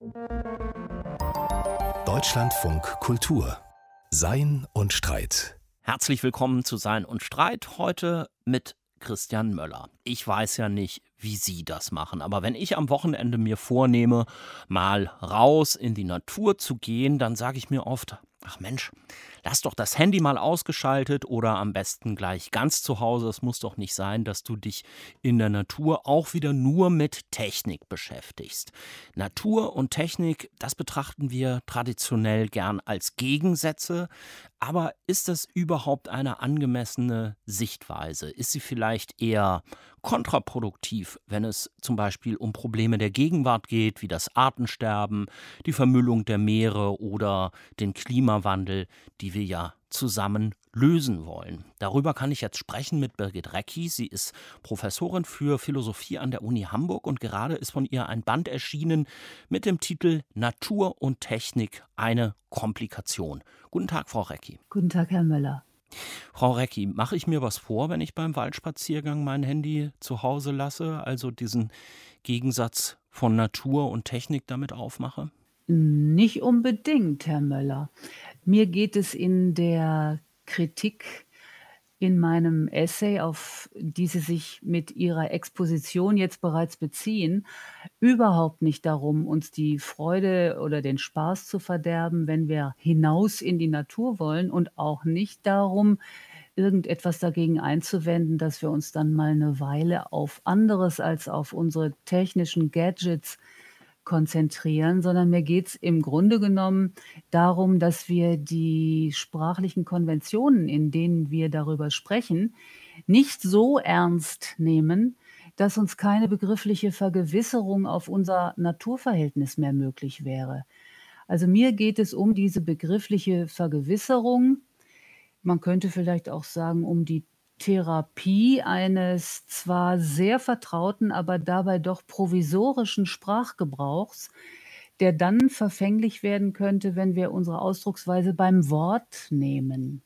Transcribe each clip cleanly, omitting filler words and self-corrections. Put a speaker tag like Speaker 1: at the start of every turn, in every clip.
Speaker 1: Deutschlandfunk Kultur. Sein und Streit.
Speaker 2: Herzlich willkommen zu Sein und Streit, heute mit Christian Möller. Ich weiß ja nicht, wie Sie das machen, aber wenn ich am Wochenende mir vornehme, mal raus in die Natur zu gehen, dann sage ich mir oft, ach Mensch, lass doch das Handy mal ausgeschaltet oder am besten gleich ganz zu Hause. Es muss doch nicht sein, dass du dich in der Natur auch wieder nur mit Technik beschäftigst. Natur und Technik, das betrachten wir traditionell gern als Gegensätze. Aber ist das überhaupt eine angemessene Sichtweise? Ist sie vielleicht eher kontraproduktiv, wenn es zum Beispiel um Probleme der Gegenwart geht, wie das Artensterben, die Vermüllung der Meere oder den Klimawandel, die wir ja zusammen lösen wollen? Darüber kann ich jetzt sprechen mit Birgit Recki. Sie ist Professorin für Philosophie an der Uni Hamburg und gerade ist von ihr ein Band erschienen mit dem Titel Natur und Technik, eine Komplikation. Guten Tag, Frau Recki.
Speaker 3: Guten Tag, Herr Möller.
Speaker 2: Frau Recki, mache ich mir was vor, wenn ich beim Waldspaziergang mein Handy zu Hause lasse, also diesen Gegensatz von Natur und Technik damit aufmache?
Speaker 3: Nicht unbedingt, Herr Möller. Mir geht es in der Kritik in meinem Essay, auf die Sie sich mit Ihrer Exposition jetzt bereits beziehen, überhaupt nicht darum, uns die Freude oder den Spaß zu verderben, wenn wir hinaus in die Natur wollen, und auch nicht darum, irgendetwas dagegen einzuwenden, dass wir uns dann mal eine Weile auf anderes als auf unsere technischen Gadgets konzentrieren, sondern mir geht's im Grunde genommen darum, dass wir die sprachlichen Konventionen, in denen wir darüber sprechen, nicht so ernst nehmen, dass uns keine begriffliche Vergewisserung auf unser Naturverhältnis mehr möglich wäre. Also mir geht es um diese begriffliche Vergewisserung. Man könnte vielleicht auch sagen, um die Therapie eines zwar sehr vertrauten, aber dabei doch provisorischen Sprachgebrauchs, der dann verfänglich werden könnte, wenn wir unsere Ausdrucksweise beim Wort nehmen.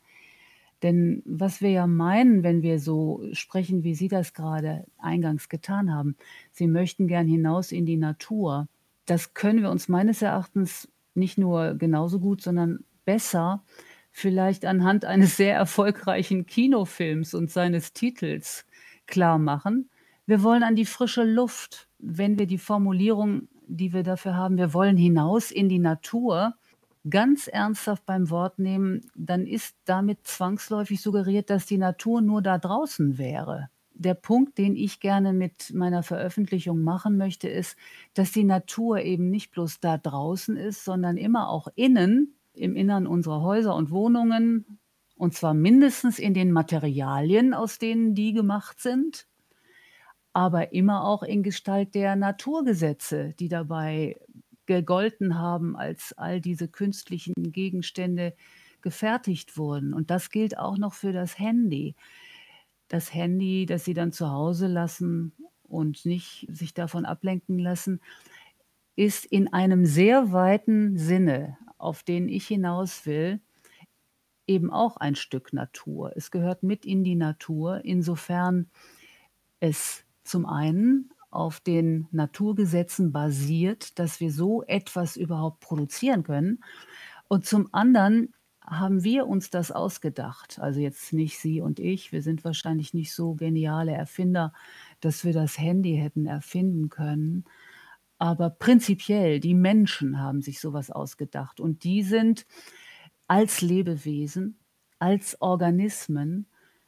Speaker 3: Denn was wir ja meinen, wenn wir so sprechen, wie Sie das gerade eingangs getan haben, Sie möchten gern hinaus in die Natur. Das können wir uns meines Erachtens nicht nur genauso gut, sondern besser vielleicht anhand eines sehr erfolgreichen Kinofilms und seines Titels klarmachen. Wir wollen an die frische Luft. Wenn wir die Formulierung, die wir dafür haben, wir wollen hinaus in die Natur, ganz ernsthaft beim Wort nehmen, dann ist damit zwangsläufig suggeriert, dass die Natur nur da draußen wäre. Der Punkt, den ich gerne mit meiner Veröffentlichung machen möchte, ist, dass die Natur eben nicht bloß da draußen ist, sondern immer auch innen, im Innern unserer Häuser und Wohnungen, und zwar mindestens in den Materialien, aus denen die gemacht sind, aber immer auch in Gestalt der Naturgesetze, die dabei gegolten haben, als all diese künstlichen Gegenstände gefertigt wurden. Und das gilt auch noch für das Handy. Das Handy, das Sie dann zu Hause lassen und nicht sich davon ablenken lassen, ist in einem sehr weiten Sinne, auf den ich hinaus will, eben auch ein Stück Natur. Es gehört mit in die Natur, insofern es zum einen auf den Naturgesetzen basiert, dass wir so etwas überhaupt produzieren können. Und zum anderen haben wir uns das ausgedacht. Also jetzt nicht Sie und ich. Wir sind wahrscheinlich nicht so geniale Erfinder, dass wir das Handy hätten erfinden können. Aber prinzipiell, die Menschen haben sich sowas ausgedacht. Und die sind als Lebewesen, als Organismen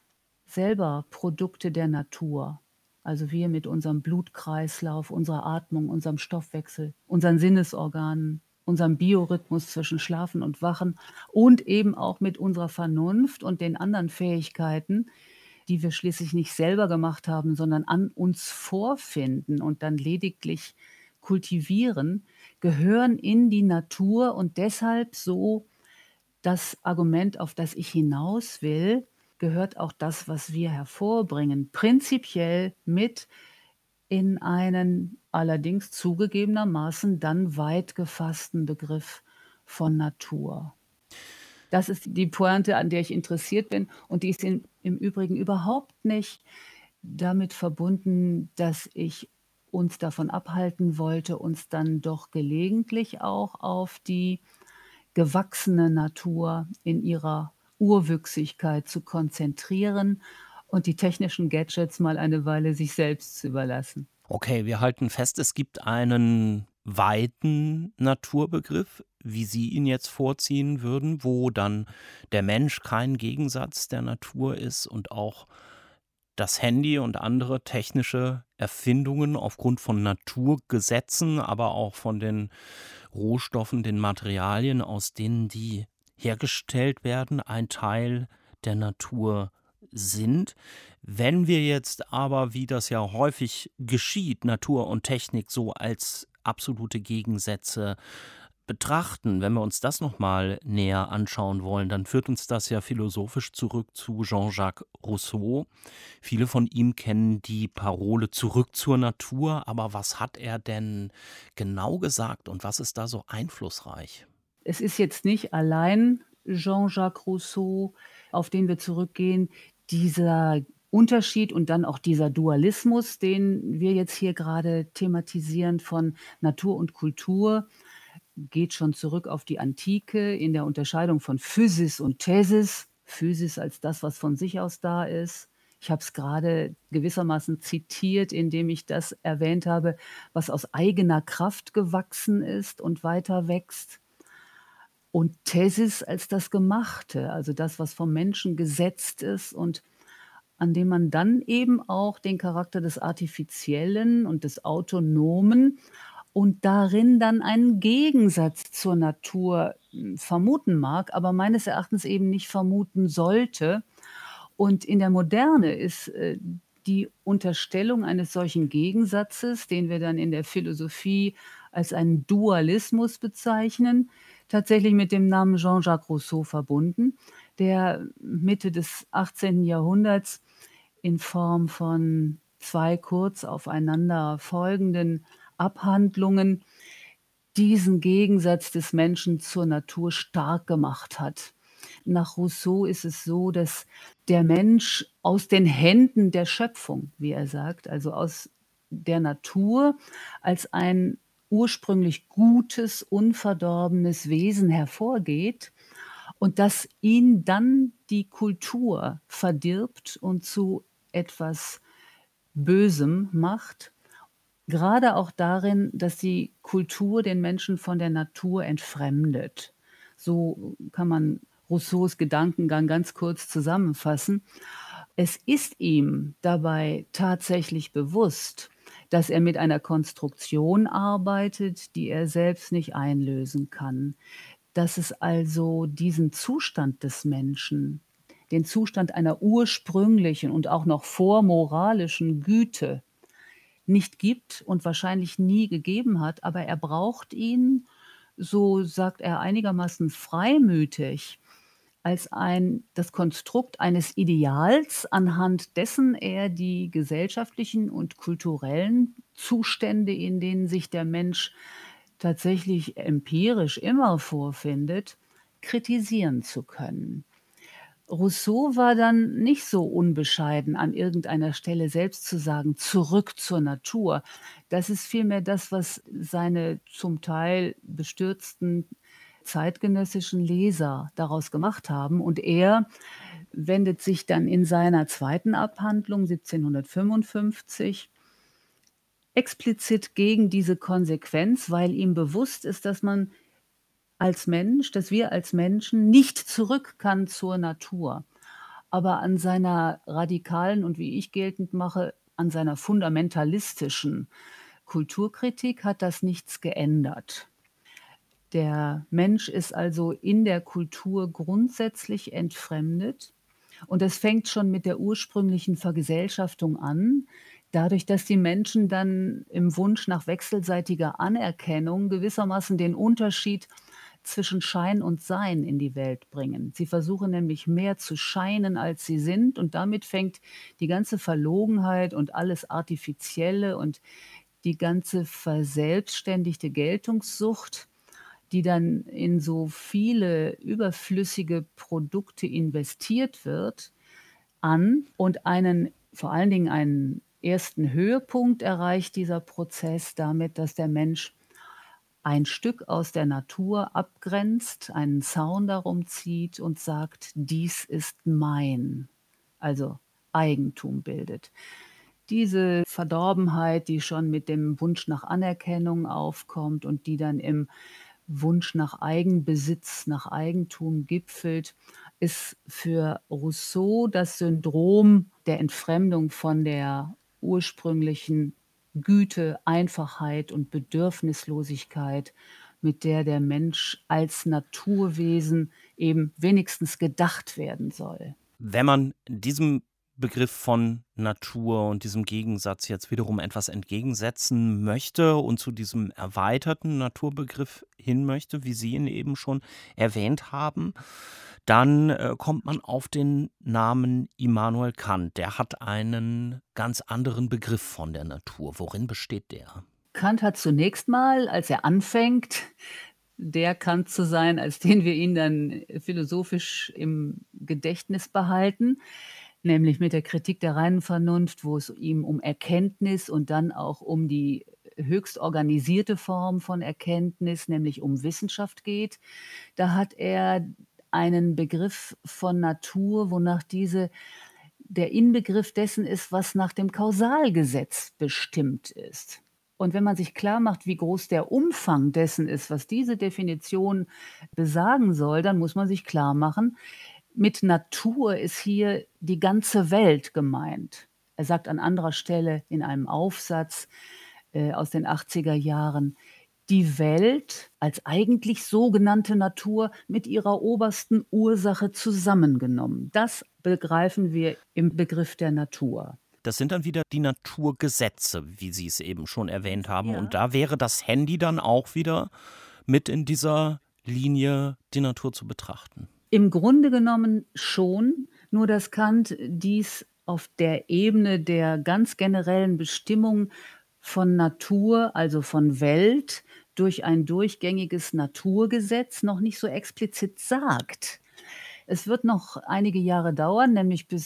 Speaker 3: selber Produkte der Natur. Also wir mit unserem Blutkreislauf, unserer Atmung, unserem Stoffwechsel, unseren Sinnesorganen, unserem Biorhythmus zwischen Schlafen und Wachen und eben auch mit unserer Vernunft und den anderen Fähigkeiten, die wir schließlich nicht selber gemacht haben, sondern an uns vorfinden und dann lediglich kultivieren, gehören in die Natur und deshalb so das Argument, auf das ich hinaus will, gehört auch das, was wir hervorbringen, prinzipiell mit in einen allerdings zugegebenermaßen dann weit gefassten Begriff von Natur. Das ist die Pointe, an der ich interessiert bin, und die ist im Übrigen überhaupt nicht damit verbunden, dass ich uns davon abhalten wollte, uns dann doch gelegentlich auch auf die gewachsene Natur in ihrer Urwüchsigkeit zu konzentrieren und die technischen Gadgets mal eine Weile sich selbst zu überlassen.
Speaker 2: Okay, wir halten fest, es gibt einen weiten Naturbegriff, wie Sie ihn jetzt vorziehen würden, wo dann der Mensch kein Gegensatz der Natur ist und auch das Handy und andere technische Erfindungen aufgrund von Naturgesetzen, aber auch von den Rohstoffen, den Materialien, aus denen die hergestellt werden, ein Teil der Natur sind. Wenn wir jetzt aber, wie das ja häufig geschieht, Natur und Technik so als absolute Gegensätze betrachten, wenn wir uns das nochmal näher anschauen wollen, dann führt uns das ja philosophisch zurück zu Jean-Jacques Rousseau. Viele von ihm kennen die Parole zurück zur Natur, aber was hat er denn genau gesagt und was ist da so einflussreich?
Speaker 3: Es ist jetzt nicht allein Jean-Jacques Rousseau, auf den wir zurückgehen. Dieser Unterschied und dann auch dieser Dualismus, den wir jetzt hier gerade thematisieren von Natur und Kultur, geht schon zurück auf die Antike in der Unterscheidung von Physis und Thesis. Physis als das, was von sich aus da ist. Ich habe es gerade gewissermaßen zitiert, indem ich das erwähnt habe, was aus eigener Kraft gewachsen ist und weiter wächst. Und Thesis als das Gemachte, also das, was vom Menschen gesetzt ist und an dem man dann eben auch den Charakter des Artifiziellen und des Autonomen und darin dann einen Gegensatz zur Natur vermuten mag, aber meines Erachtens eben nicht vermuten sollte. Und in der Moderne ist die Unterstellung eines solchen Gegensatzes, den wir dann in der Philosophie als einen Dualismus bezeichnen, tatsächlich mit dem Namen Jean-Jacques Rousseau verbunden, der Mitte des 18. Jahrhunderts in Form von 2 kurz aufeinander folgenden Abhandlungen diesen Gegensatz des Menschen zur Natur stark gemacht hat. Nach Rousseau ist es so, dass der Mensch aus den Händen der Schöpfung, wie er sagt, also aus der Natur als ein ursprünglich gutes, unverdorbenes Wesen hervorgeht und dass ihn dann die Kultur verdirbt und zu etwas Bösem macht. Gerade auch darin, dass die Kultur den Menschen von der Natur entfremdet. So kann man Rousseaus Gedankengang ganz kurz zusammenfassen. Es ist ihm dabei tatsächlich bewusst, dass er mit einer Konstruktion arbeitet, die er selbst nicht einlösen kann. Dass es also diesen Zustand des Menschen, den Zustand einer ursprünglichen und auch noch vormoralischen Güte nicht gibt und wahrscheinlich nie gegeben hat, aber er braucht ihn, so sagt er einigermaßen freimütig, als das Konstrukt eines Ideals, anhand dessen er die gesellschaftlichen und kulturellen Zustände, in denen sich der Mensch tatsächlich empirisch immer vorfindet, kritisieren zu können. Rousseau war dann nicht so unbescheiden, an irgendeiner Stelle selbst zu sagen: „Zurück zur Natur." Das ist vielmehr das, was seine zum Teil bestürzten zeitgenössischen Leser daraus gemacht haben. Und er wendet sich dann in seiner zweiten Abhandlung 1755 explizit gegen diese Konsequenz, weil ihm bewusst ist, dass wir als Menschen nicht zurück kann zur Natur. Aber an seiner radikalen und wie ich geltend mache, an seiner fundamentalistischen Kulturkritik hat das nichts geändert. Der Mensch ist also in der Kultur grundsätzlich entfremdet und das fängt schon mit der ursprünglichen Vergesellschaftung an, dadurch, dass die Menschen dann im Wunsch nach wechselseitiger Anerkennung gewissermaßen den Unterschied zwischen Schein und Sein in die Welt bringen. Sie versuchen nämlich mehr zu scheinen, als sie sind und damit fängt die ganze Verlogenheit und alles Artifizielle und die ganze verselbstständigte Geltungssucht, die dann in so viele überflüssige Produkte investiert wird, an und vor allen Dingen einen ersten Höhepunkt erreicht dieser Prozess damit, dass der Mensch ein Stück aus der Natur abgrenzt, einen Zaun darum zieht und sagt: „Dies ist mein“, also Eigentum bildet. Diese Verdorbenheit, die schon mit dem Wunsch nach Anerkennung aufkommt und die dann im Wunsch nach Eigenbesitz, nach Eigentum gipfelt, ist für Rousseau das Syndrom der Entfremdung von der ursprünglichen Güte, Einfachheit und Bedürfnislosigkeit, mit der der Mensch als Naturwesen eben wenigstens gedacht werden soll.
Speaker 2: Wenn man diesem Begriff von Natur und diesem Gegensatz jetzt wiederum etwas entgegensetzen möchte und zu diesem erweiterten Naturbegriff hin möchte, wie Sie ihn eben schon erwähnt haben, dann kommt man auf den Namen Immanuel Kant. Der hat einen ganz anderen Begriff von der Natur. Worin besteht der?
Speaker 3: Kant hat zunächst mal, als er anfängt, der Kant zu sein, als den wir ihn dann philosophisch im Gedächtnis behalten, nämlich mit der Kritik der reinen Vernunft, wo es ihm um Erkenntnis und dann auch um die höchst organisierte Form von Erkenntnis, nämlich um Wissenschaft geht. Da hat er einen Begriff von Natur, wonach diese der Inbegriff dessen ist, was nach dem Kausalgesetz bestimmt ist. Und wenn man sich klarmacht, wie groß der Umfang dessen ist, was diese Definition besagen soll, dann muss man sich klarmachen, mit Natur ist hier die ganze Welt gemeint. Er sagt an anderer Stelle in einem Aufsatz aus den 80er Jahren, die Welt als eigentlich sogenannte Natur mit ihrer obersten Ursache zusammengenommen. Das begreifen wir im Begriff der Natur.
Speaker 2: Das sind dann wieder die Naturgesetze, wie Sie es eben schon erwähnt haben.
Speaker 3: Ja.
Speaker 2: Und da wäre das Handy dann auch wieder mit in dieser Linie, die Natur zu betrachten.
Speaker 3: Im Grunde genommen schon, nur dass Kant dies auf der Ebene der ganz generellen Bestimmung von Natur, also von Welt, durch ein durchgängiges Naturgesetz noch nicht so explizit sagt. Es wird noch einige Jahre dauern, nämlich bis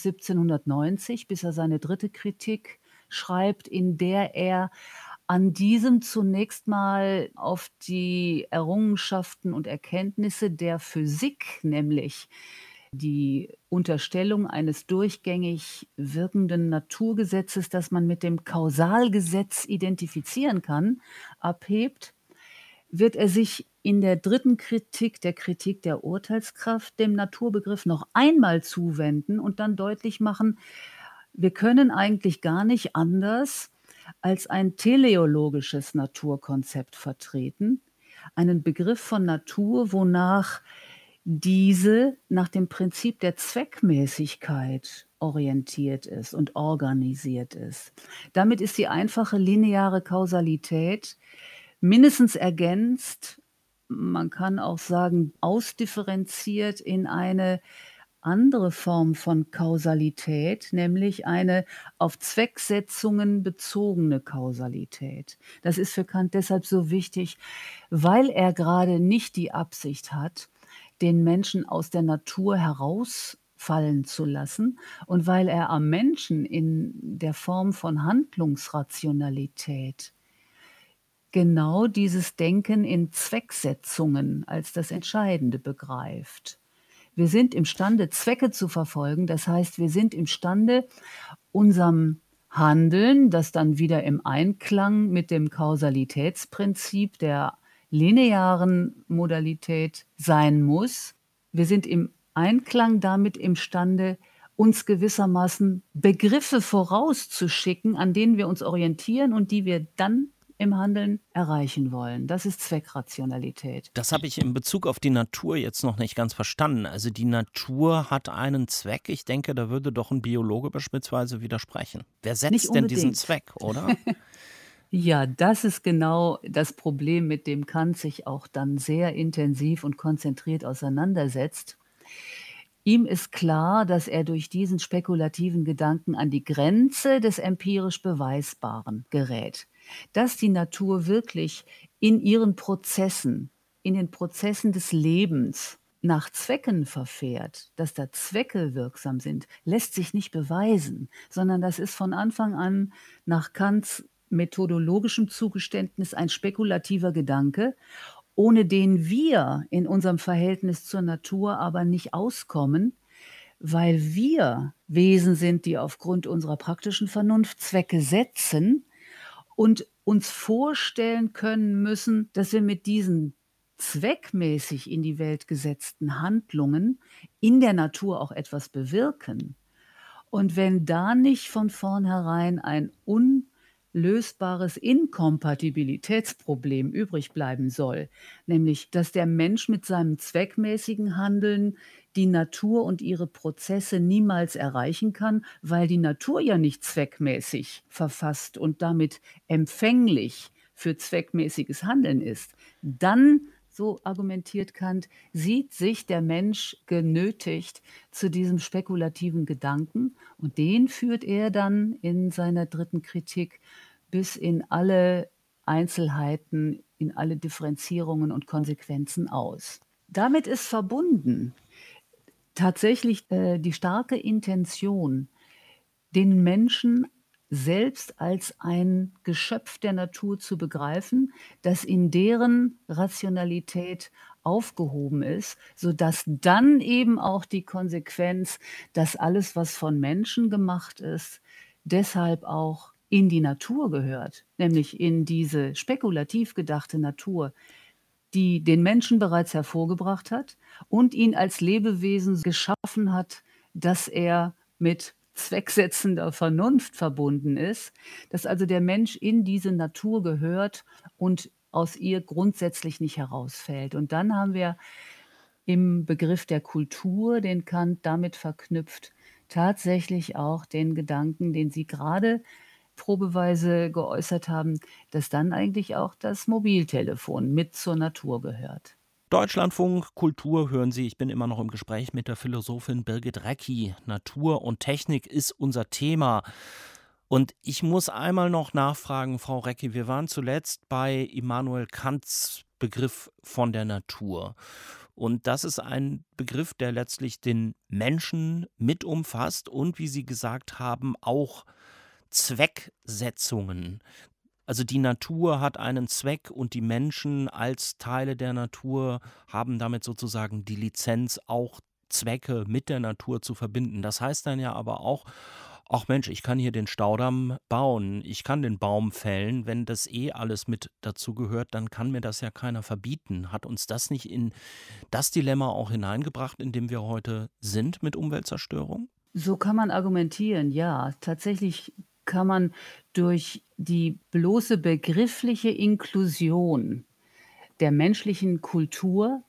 Speaker 3: 1790, bis er seine dritte Kritik schreibt, in der er an diesem zunächst mal auf die Errungenschaften und Erkenntnisse der Physik, nämlich die Unterstellung eines durchgängig wirkenden Naturgesetzes, das man mit dem Kausalgesetz identifizieren kann, abhebt, wird er sich in der dritten Kritik, der Kritik der Urteilskraft, dem Naturbegriff noch einmal zuwenden und dann deutlich machen, wir können eigentlich gar nicht anders als ein teleologisches Naturkonzept vertreten, einen Begriff von Natur, wonach diese nach dem Prinzip der Zweckmäßigkeit orientiert ist und organisiert ist. Damit ist die einfache lineare Kausalität mindestens ergänzt, man kann auch sagen, ausdifferenziert in eine andere Form von Kausalität, nämlich eine auf Zwecksetzungen bezogene Kausalität. Das ist für Kant deshalb so wichtig, weil er gerade nicht die Absicht hat, den Menschen aus der Natur herausfallen zu lassen und weil er am Menschen in der Form von Handlungsrationalität genau dieses Denken in Zwecksetzungen als das Entscheidende begreift. Wir sind imstande, Zwecke zu verfolgen, das heißt, wir sind imstande, unserem Handeln, das dann wieder im Einklang mit dem Kausalitätsprinzip der linearen Modalität sein muss. Wir sind im Einklang damit imstande, uns gewissermaßen Begriffe vorauszuschicken, an denen wir uns orientieren und die wir dann im Handeln erreichen wollen. Das ist Zweckrationalität.
Speaker 2: Das habe ich in Bezug auf die Natur jetzt noch nicht ganz verstanden. Also die Natur hat einen Zweck. Ich denke, da würde doch ein Biologe beispielsweise widersprechen. Wer setzt denn diesen Zweck, oder?
Speaker 3: Ja, das ist genau das Problem, mit dem Kant sich auch dann sehr intensiv und konzentriert auseinandersetzt. Ihm ist klar, dass er durch diesen spekulativen Gedanken an die Grenze des empirisch Beweisbaren gerät. Dass die Natur wirklich in ihren Prozessen, in den Prozessen des Lebens nach Zwecken verfährt, dass da Zwecke wirksam sind, lässt sich nicht beweisen, sondern das ist von Anfang an nach Kants methodologischem Zugeständnis ein spekulativer Gedanke, ohne den wir in unserem Verhältnis zur Natur aber nicht auskommen, weil wir Wesen sind, die aufgrund unserer praktischen Vernunft Zwecke setzen und uns vorstellen können müssen, dass wir mit diesen zweckmäßig in die Welt gesetzten Handlungen in der Natur auch etwas bewirken. Und wenn da nicht von vornherein ein unlösbares Inkompatibilitätsproblem übrig bleiben soll, nämlich dass der Mensch mit seinem zweckmäßigen Handeln die Natur und ihre Prozesse niemals erreichen kann, weil die Natur ja nicht zweckmäßig verfasst und damit empfänglich für zweckmäßiges Handeln ist, dann, so argumentiert Kant, sieht sich der Mensch genötigt zu diesem spekulativen Gedanken und den führt er dann in seiner dritten Kritik bis in alle Einzelheiten, in alle Differenzierungen und Konsequenzen aus. Damit ist verbunden tatsächlich die starke Intention, den Menschen selbst als ein Geschöpf der Natur zu begreifen, das in deren Rationalität aufgehoben ist, sodass dann eben auch die Konsequenz, dass alles, was von Menschen gemacht ist, deshalb auch in die Natur gehört, nämlich in diese spekulativ gedachte Natur, die den Menschen bereits hervorgebracht hat und ihn als Lebewesen geschaffen hat, dass er mit zwecksetzender Vernunft verbunden ist, dass also der Mensch in diese Natur gehört und aus ihr grundsätzlich nicht herausfällt. Und dann haben wir im Begriff der Kultur, den Kant damit verknüpft, tatsächlich auch den Gedanken, den Sie gerade probeweise geäußert haben, dass dann eigentlich auch das Mobiltelefon mit zur Natur gehört.
Speaker 2: Deutschlandfunk Kultur hören Sie. Ich bin immer noch im Gespräch mit der Philosophin Birgit Recki. Natur und Technik ist unser Thema. Und ich muss einmal noch nachfragen, Frau Recki, wir waren zuletzt bei Immanuel Kants Begriff von der Natur. Und das ist ein Begriff, der letztlich den Menschen mit umfasst und, wie Sie gesagt haben, auch Zwecksetzungen. Also die Natur hat einen Zweck und die Menschen als Teile der Natur haben damit sozusagen die Lizenz, auch Zwecke mit der Natur zu verbinden. Das heißt dann ja aber auch, ach Mensch, ich kann hier den Staudamm bauen, ich kann den Baum fällen, wenn das alles mit dazu gehört, dann kann mir das ja keiner verbieten. Hat uns das nicht in das Dilemma auch hineingebracht, in dem wir heute sind mit Umweltzerstörung?
Speaker 3: So kann man argumentieren, ja. Tatsächlich kann man durch die bloße begriffliche Inklusion der menschlichen Kultur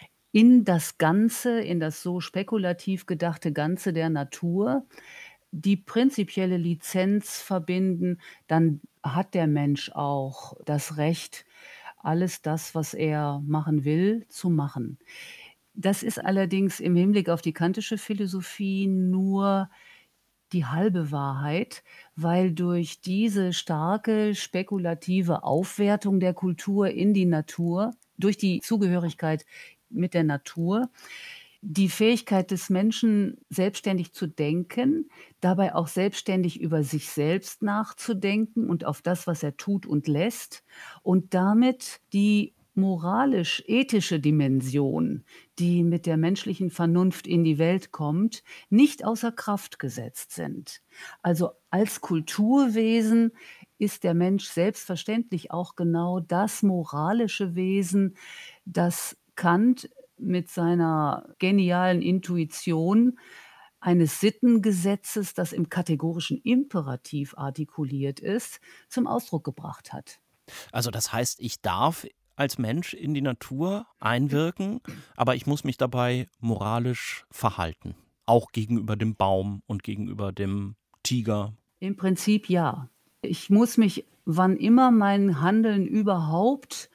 Speaker 3: in das Ganze, in das so spekulativ gedachte Ganze der Natur, die prinzipielle Lizenz verbinden, dann hat der Mensch auch das Recht, alles das, was er machen will, zu machen. Das ist allerdings im Hinblick auf die kantische Philosophie nur die halbe Wahrheit, weil durch diese starke spekulative Aufwertung der Kultur in die Natur, durch die Zugehörigkeit mit der Natur, die Fähigkeit des Menschen, selbstständig zu denken, dabei auch selbstständig über sich selbst nachzudenken und auf das, was er tut und lässt und damit die moralisch-ethische Dimension, die mit der menschlichen Vernunft in die Welt kommt, nicht außer Kraft gesetzt sind. Also als Kulturwesen ist der Mensch selbstverständlich auch genau das moralische Wesen, das Kant mit seiner genialen Intuition eines Sittengesetzes, das im kategorischen Imperativ artikuliert ist, zum Ausdruck gebracht hat.
Speaker 2: Also das heißt, ich darf als Mensch in die Natur einwirken, aber ich muss mich dabei moralisch verhalten. Auch gegenüber dem Baum und gegenüber dem Tiger.
Speaker 3: Im Prinzip ja. Ich muss mich, wann immer mein Handeln überhaupt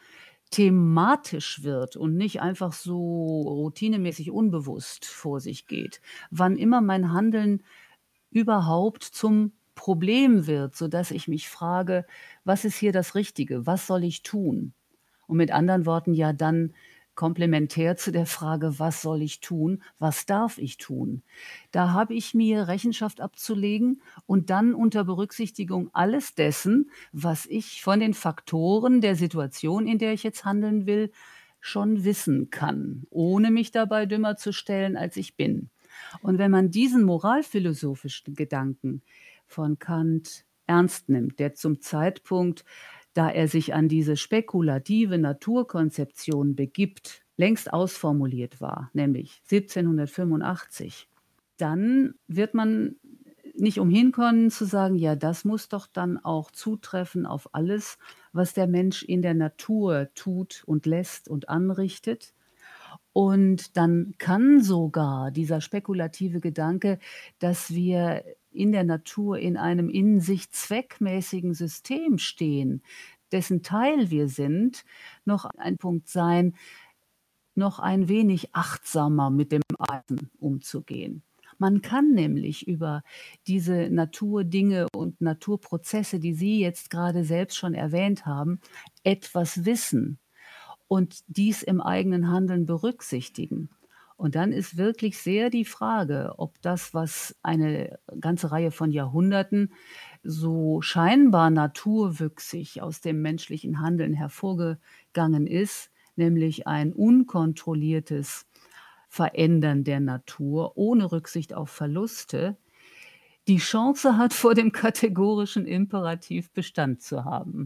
Speaker 3: thematisch wird und nicht einfach so routinemäßig unbewusst vor sich geht, wann immer mein Handeln überhaupt zum Problem wird, sodass ich mich frage: „Was ist hier das Richtige? Was soll ich tun?“ Und mit anderen Worten, ja, dann komplementär zu der Frage: „Was soll ich tun? Was darf ich tun?“ Da habe ich mir Rechenschaft abzulegen und dann unter Berücksichtigung alles dessen, was ich von den Faktoren der Situation, in der ich jetzt handeln will, schon wissen kann, ohne mich dabei dümmer zu stellen, als ich bin. Und wenn man diesen moralphilosophischen Gedanken von Kant ernst nimmt, der zum Zeitpunkt, da er sich an diese spekulative Naturkonzeption begibt, längst ausformuliert war, nämlich 1785, dann wird man nicht umhin können zu sagen, ja, das muss doch dann auch zutreffen auf alles, was der Mensch in der Natur tut und lässt und anrichtet. Und dann kann sogar dieser spekulative Gedanke, dass wir in der Natur in einem in sich zweckmäßigen System stehen, dessen Teil wir sind, noch ein Punkt sein, noch ein wenig achtsamer mit dem Eisen umzugehen. Man kann nämlich über diese Naturdinge und Naturprozesse, die Sie jetzt gerade selbst schon erwähnt haben, etwas wissen und dies im eigenen Handeln berücksichtigen. Und dann ist wirklich sehr die Frage, ob das, was eine ganze Reihe von Jahrhunderten so scheinbar naturwüchsig aus dem menschlichen Handeln hervorgegangen ist, nämlich ein unkontrolliertes Verändern der Natur ohne Rücksicht auf Verluste, die Chance hat, vor dem kategorischen Imperativ Bestand zu haben.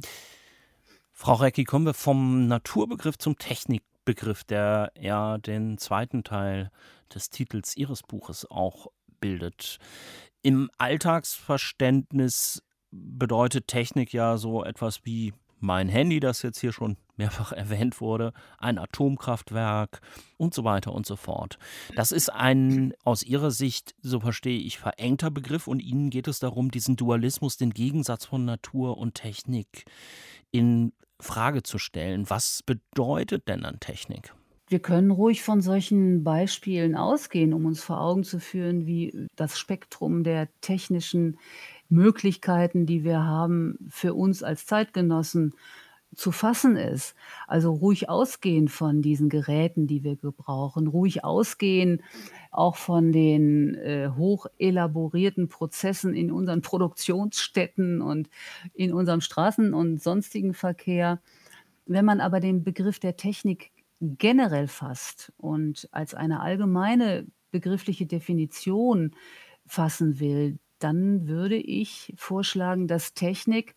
Speaker 2: Frau Recki, kommen wir vom Naturbegriff zum Technikbegriff, der ja den zweiten Teil des Titels Ihres Buches auch bildet. Im Alltagsverständnis bedeutet Technik ja so etwas wie mein Handy, das jetzt hier schon mehrfach erwähnt wurde, ein Atomkraftwerk und so weiter und so fort. Das ist ein aus Ihrer Sicht, so verstehe ich, verengter Begriff und Ihnen geht es darum, diesen Dualismus, den Gegensatz von Natur und Technik in Frage zu stellen. Was bedeutet denn dann Technik?
Speaker 3: Wir können ruhig von solchen Beispielen ausgehen, um uns vor Augen zu führen, wie das Spektrum der technischen Möglichkeiten, die wir haben, für uns als Zeitgenossen zu fassen ist. Also ruhig ausgehen von diesen Geräten, die wir gebrauchen, ruhig ausgehen auch von den hoch elaborierten Prozessen in unseren Produktionsstätten und in unserem Straßen- und sonstigen Verkehr. Wenn man aber den Begriff der Technik generell fasst und als eine allgemeine begriffliche Definition fassen will, dann würde ich vorschlagen, dass Technik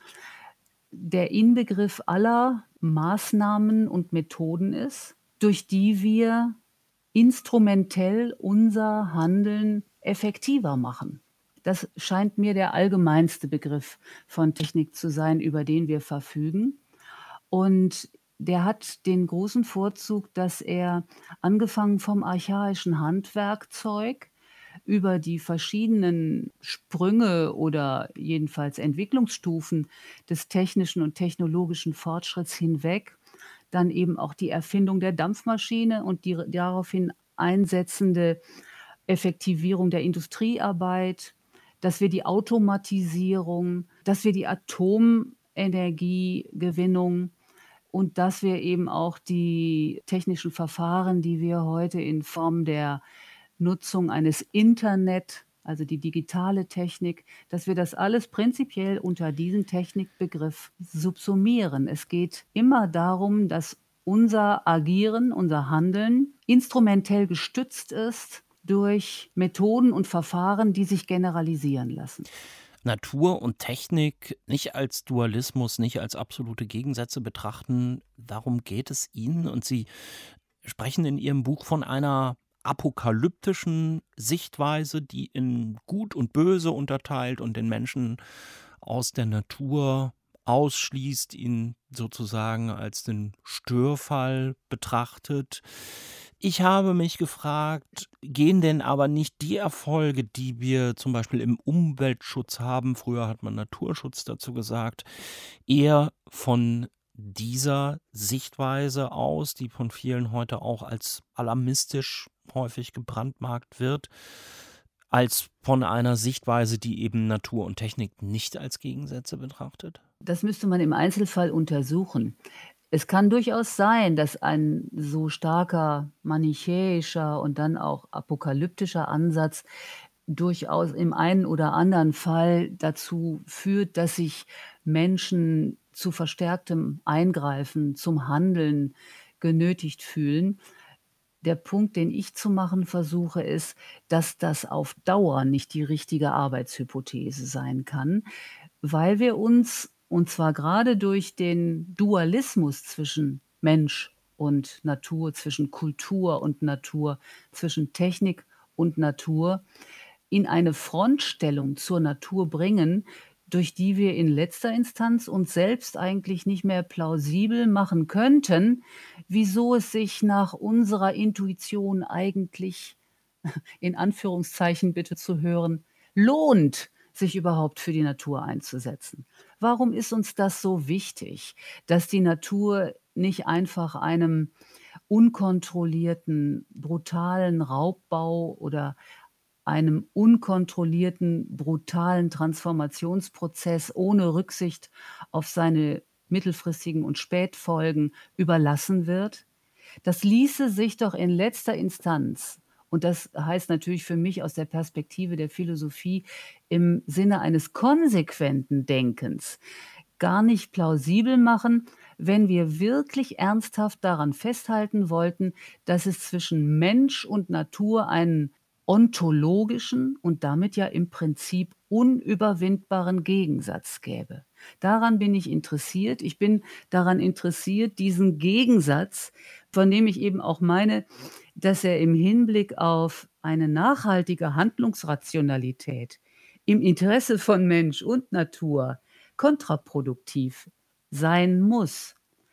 Speaker 3: der Inbegriff aller Maßnahmen und Methoden ist, durch die wir instrumentell unser Handeln effektiver machen. Das scheint mir der allgemeinste Begriff von Technik zu sein, über den wir verfügen. Und der hat den großen Vorzug, dass er angefangen vom archaischen Handwerkzeug über die verschiedenen Sprünge oder jedenfalls Entwicklungsstufen des technischen und technologischen Fortschritts hinweg, dann eben auch die Erfindung der Dampfmaschine und die daraufhin einsetzende Effektivierung der Industriearbeit, dass wir die Automatisierung, dass wir die Atomenergiegewinnung und dass wir eben auch die technischen Verfahren, die wir heute in Form der Nutzung eines Internet, also die digitale Technik, dass wir das alles prinzipiell unter diesen Technikbegriff subsumieren. Es geht immer darum, dass unser Agieren, unser Handeln instrumentell gestützt ist durch Methoden und Verfahren, die sich generalisieren lassen.
Speaker 2: Natur und Technik nicht als Dualismus, nicht als absolute Gegensätze betrachten, darum geht es Ihnen. Und Sie sprechen in Ihrem Buch von einer apokalyptischen Sichtweise, die in Gut und Böse unterteilt und den Menschen aus der Natur ausschließt, ihn sozusagen als den Störfall betrachtet. Ich habe mich gefragt, gehen denn aber nicht die Erfolge, die wir zum Beispiel im Umweltschutz haben, früher hat man Naturschutz dazu gesagt, eher von dieser Sichtweise aus, die von vielen heute auch als alarmistisch häufig gebrandmarkt wird, als von einer Sichtweise, die eben Natur und Technik nicht als Gegensätze betrachtet?
Speaker 3: Das müsste man im Einzelfall untersuchen. Es kann durchaus sein, dass ein so starker manichäischer und dann auch apokalyptischer Ansatz durchaus im einen oder anderen Fall dazu führt, dass sich Menschen zu verstärktem Eingreifen, zum Handeln genötigt fühlen. Der Punkt, den ich zu machen versuche, ist, dass das auf Dauer nicht die richtige Arbeitshypothese sein kann, weil wir uns, und zwar gerade durch den Dualismus zwischen Mensch und Natur, zwischen Kultur und Natur, zwischen Technik und Natur, in eine Frontstellung zur Natur bringen, durch die wir in letzter Instanz uns selbst eigentlich nicht mehr plausibel machen könnten, wieso es sich nach unserer Intuition eigentlich, in Anführungszeichen bitte zu hören, lohnt, sich überhaupt für die Natur einzusetzen. Warum ist uns das so wichtig, dass die Natur nicht einfach einem unkontrollierten, brutalen Raubbau oder einem unkontrollierten, brutalen Transformationsprozess ohne Rücksicht auf seine mittelfristigen und Spätfolgen überlassen wird? Das ließe sich doch in letzter Instanz, und das heißt natürlich für mich aus der Perspektive der Philosophie im Sinne eines konsequenten Denkens, gar nicht plausibel machen, wenn wir wirklich ernsthaft daran festhalten wollten, dass es zwischen Mensch und Natur einen ontologischen und damit ja im Prinzip unüberwindbaren Gegensatz gäbe. Daran bin ich interessiert. Ich bin daran interessiert, diesen Gegensatz, von dem ich eben auch meine, dass er im Hinblick auf eine nachhaltige Handlungsrationalität im Interesse von Mensch und Natur kontraproduktiv sein muss,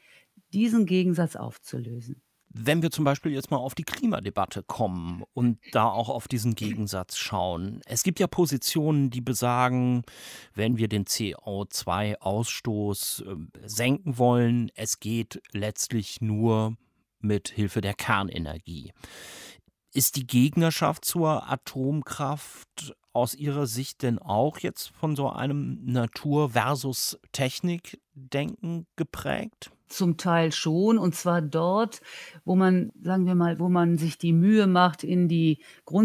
Speaker 3: diesen Gegensatz aufzulösen.
Speaker 2: Wenn wir zum Beispiel jetzt mal auf die Klimadebatte kommen und da auch auf diesen Gegensatz schauen. Es gibt ja Positionen, die besagen, wenn wir den CO2-Ausstoß senken wollen, es geht letztlich nur mit Hilfe der Kernenergie. Ist die Gegnerschaft zur Atomkraft aus Ihrer Sicht denn auch jetzt von so einem Natur- versus Technik-Denken geprägt?
Speaker 3: Zum Teil schon, und zwar dort, wo man, sagen wir mal, wo man sich die Mühe macht, in die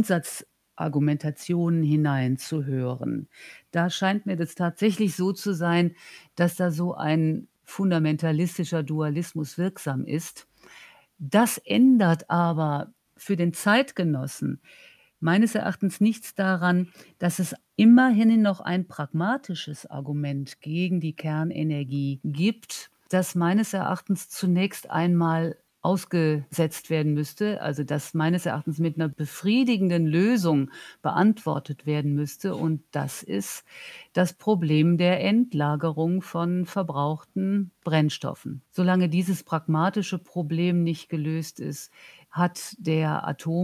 Speaker 3: Grundsatzargumentationen hineinzuhören. Da scheint mir das tatsächlich so zu sein, dass da so ein fundamentalistischer Dualismus wirksam ist. Das ändert aber für den Zeitgenossen meines Erachtens nichts daran, dass es immerhin noch ein pragmatisches Argument gegen die Kernenergie gibt, das meines Erachtens zunächst einmal ausgesetzt werden müsste, also das meines Erachtens mit einer befriedigenden Lösung beantwortet werden müsste. Und das ist das Problem der Endlagerung von verbrauchten Brennstoffen. Solange dieses pragmatische Problem nicht gelöst ist, hat der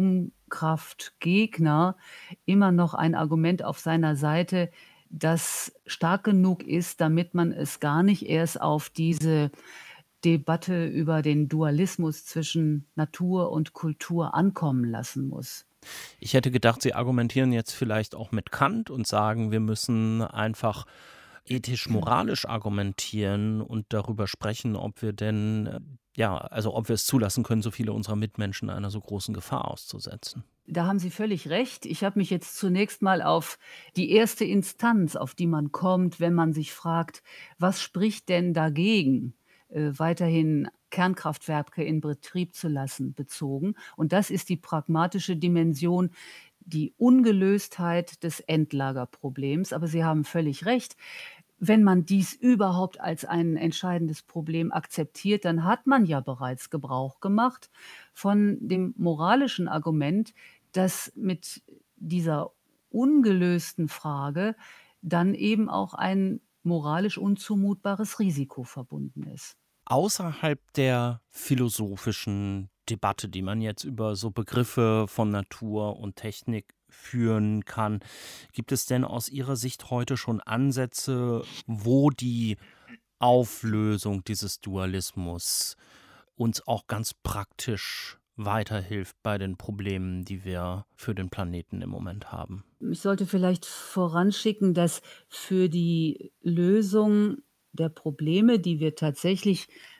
Speaker 3: Atomkraftgegner immer noch ein Argument auf seiner Seite, das stark genug ist, damit man es gar nicht erst auf diese Debatte über den Dualismus zwischen Natur und Kultur ankommen lassen muss.
Speaker 2: Ich hätte gedacht, Sie argumentieren jetzt vielleicht auch mit Kant und sagen, wir müssen einfach ethisch-moralisch argumentieren und darüber sprechen, ob wir denn, ob wir es zulassen können, so viele unserer Mitmenschen einer so großen Gefahr auszusetzen.
Speaker 3: Da haben Sie völlig recht. Ich habe mich jetzt zunächst mal auf die erste Instanz, auf die man kommt, wenn man sich fragt, was spricht denn dagegen, weiterhin Kernkraftwerke in Betrieb zu lassen, bezogen. Und das ist die pragmatische Dimension, die Ungelöstheit des Endlagerproblems. Aber Sie haben völlig recht. Wenn man dies überhaupt als ein entscheidendes Problem akzeptiert, dann hat man ja bereits Gebrauch gemacht von dem moralischen Argument, dass mit dieser ungelösten Frage dann eben auch ein moralisch unzumutbares Risiko verbunden ist.
Speaker 2: Außerhalb der philosophischen Debatte, die man jetzt über so Begriffe von Natur und Technik führen kann, gibt es denn aus Ihrer Sicht heute schon Ansätze, wo die Auflösung dieses Dualismus uns auch ganz praktisch weiterhilft bei den Problemen, die wir für den Planeten im Moment haben?
Speaker 3: Ich sollte vielleicht voranschicken, dass für die Lösung der Probleme, die wir tatsächlich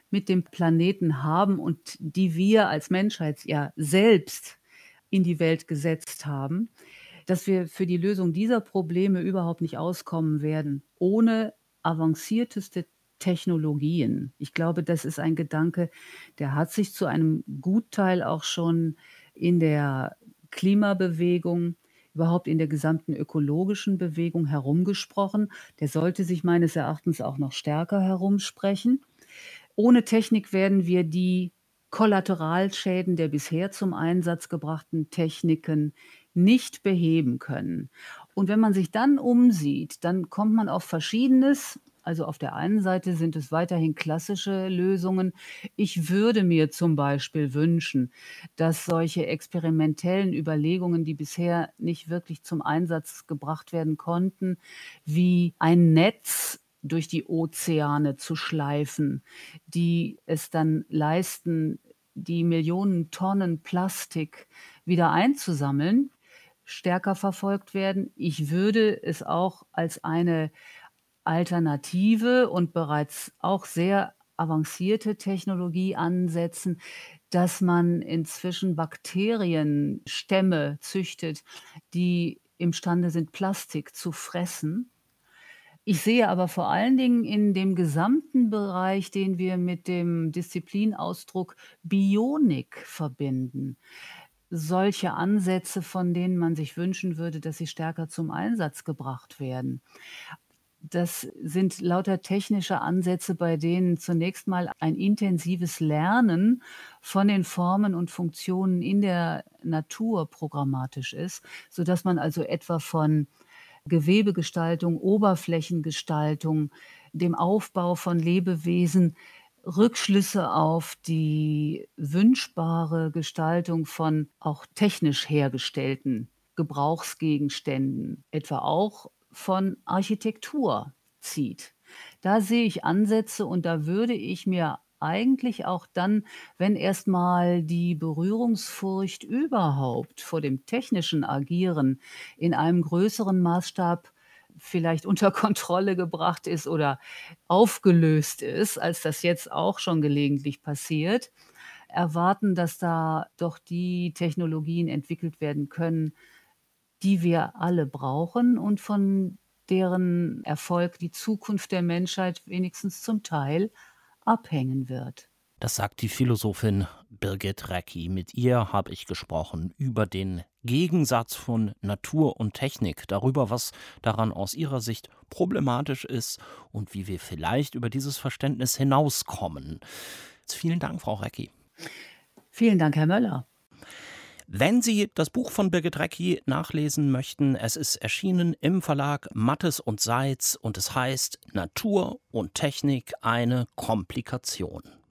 Speaker 3: mit dem Planeten haben und die wir als Menschheit ja selbst in die Welt gesetzt haben, dass wir für die Lösung dieser Probleme überhaupt nicht auskommen werden, ohne avancierteste Technologien. Ich glaube, das ist ein Gedanke, der hat sich zu einem Gutteil auch schon in der Klimabewegung, überhaupt in der gesamten ökologischen Bewegung herumgesprochen. Der sollte sich meines Erachtens auch noch stärker herumsprechen. Ohne Technik werden wir die Kollateralschäden der bisher zum Einsatz gebrachten Techniken nicht beheben können. Und wenn man sich dann umsieht, dann kommt man auf Verschiedenes. Also auf der einen Seite sind es weiterhin klassische Lösungen. Ich würde mir zum Beispiel wünschen, dass solche experimentellen Überlegungen, die bisher nicht wirklich zum Einsatz gebracht werden konnten, wie ein Netz durch die Ozeane zu schleifen, die es dann leisten, die Millionen Tonnen Plastik wieder einzusammeln, stärker verfolgt werden. Ich würde es auch als eine Alternative und bereits auch sehr avancierte Technologie ansetzen, dass man inzwischen Bakterienstämme züchtet, die imstande sind, Plastik zu fressen. Ich sehe aber vor allen Dingen in dem gesamten Bereich, den wir mit dem Disziplinausdruck Bionik verbinden, solche Ansätze, von denen man sich wünschen würde, dass sie stärker zum Einsatz gebracht werden. Das sind lauter technische Ansätze, bei denen zunächst mal ein intensives Lernen von den Formen und Funktionen in der Natur programmatisch ist, sodass man also etwa von Gewebegestaltung, Oberflächengestaltung, dem Aufbau von Lebewesen Rückschlüsse auf die wünschbare Gestaltung von auch technisch hergestellten Gebrauchsgegenständen, etwa auch von Architektur zieht. Da sehe ich Ansätze und da würde ich mir eigentlich auch dann, wenn erst mal die Berührungsfurcht überhaupt vor dem technischen Agieren in einem größeren Maßstab vielleicht unter Kontrolle gebracht ist oder aufgelöst ist, als das jetzt auch schon gelegentlich passiert, erwarten, dass da doch die Technologien entwickelt werden können, die wir alle brauchen und von deren Erfolg die Zukunft der Menschheit wenigstens zum Teil abhängen wird.
Speaker 2: Das sagt die Philosophin Birgit Recki. Mit ihr habe ich gesprochen über den Gegensatz von Natur und Technik, darüber, was daran aus ihrer Sicht problematisch ist und wie wir vielleicht über dieses Verständnis hinauskommen. Vielen Dank, Frau Recki.
Speaker 3: Vielen Dank, Herr Möller.
Speaker 2: Wenn Sie das Buch von Birgit Recki nachlesen möchten, es ist erschienen im Verlag Mattes und Seitz und es heißt Natur und Technik, eine Komplikation.